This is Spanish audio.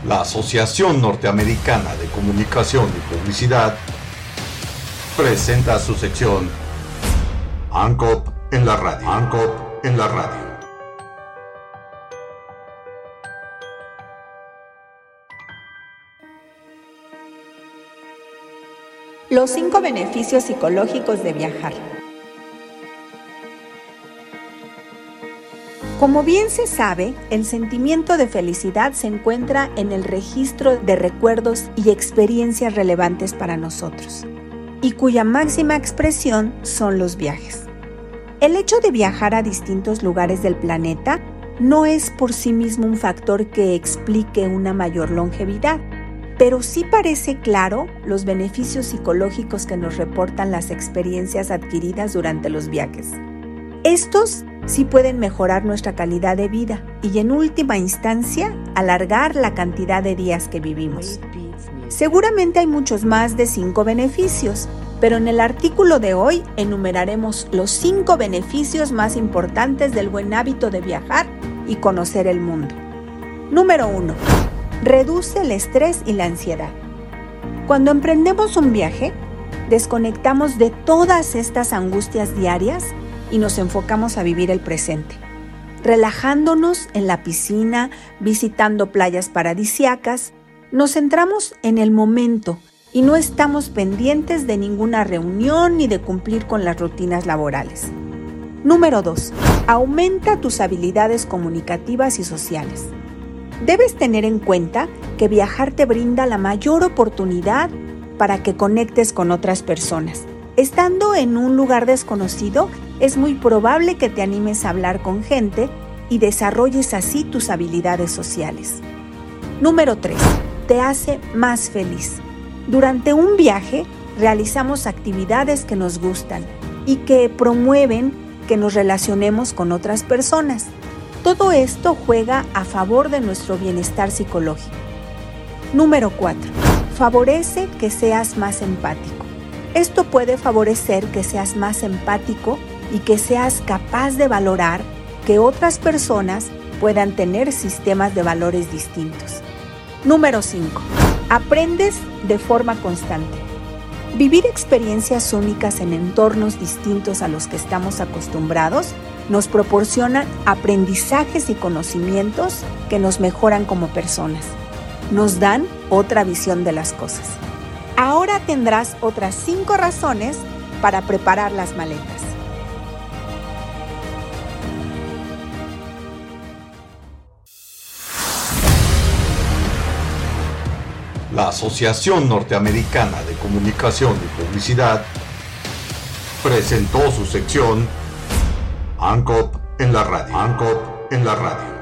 La Asociación Norteamericana de Comunicación y Publicidad presenta su sección ANCOP en la radio. ANCOP en la radio. Los 5 beneficios psicológicos de viajar. Como bien se sabe, el sentimiento de felicidad se encuentra en el registro de recuerdos y experiencias relevantes para nosotros, y cuya máxima expresión son los viajes. El hecho de viajar a distintos lugares del planeta no es por sí mismo un factor que explique una mayor longevidad, pero sí parece claro los beneficios psicológicos que nos reportan las experiencias adquiridas durante los viajes. Estos sí pueden mejorar nuestra calidad de vida y, en última instancia, alargar la cantidad de días que vivimos. Seguramente hay muchos más de 5 beneficios, pero en el artículo de hoy enumeraremos los 5 beneficios más importantes del buen hábito de viajar y conocer el mundo. Número 1. Reduce el estrés y la ansiedad. Cuando emprendemos un viaje, desconectamos de todas estas angustias diarias y nos enfocamos a vivir el presente, relajándonos en la piscina, visitando playas paradisíacas. Nos centramos en el momento y no estamos pendientes de ninguna reunión ni de cumplir con las rutinas laborales. Número 2. Aumenta tus habilidades comunicativas y sociales. Debes tener en cuenta que viajar te brinda la mayor oportunidad para que conectes con otras personas. Estando en un lugar desconocido, es muy probable que te animes a hablar con gente y desarrolles así tus habilidades sociales. Número 3. Te hace más feliz. Durante un viaje, realizamos actividades que nos gustan y que promueven que nos relacionemos con otras personas. Todo esto juega a favor de nuestro bienestar psicológico. Número 4. Favorece que seas más empático. Esto puede favorecer que seas más empático y que seas capaz de valorar que otras personas puedan tener sistemas de valores distintos. Número 5. Aprendes de forma constante. Vivir experiencias únicas en entornos distintos a los que estamos acostumbrados nos proporcionan aprendizajes y conocimientos que nos mejoran como personas. Nos dan otra visión de las cosas. Ahora tendrás otras 5 razones para preparar las maletas. La Asociación Norteamericana de Comunicación y Publicidad presentó su sección ANCOP en la radio. ANCOP en la radio.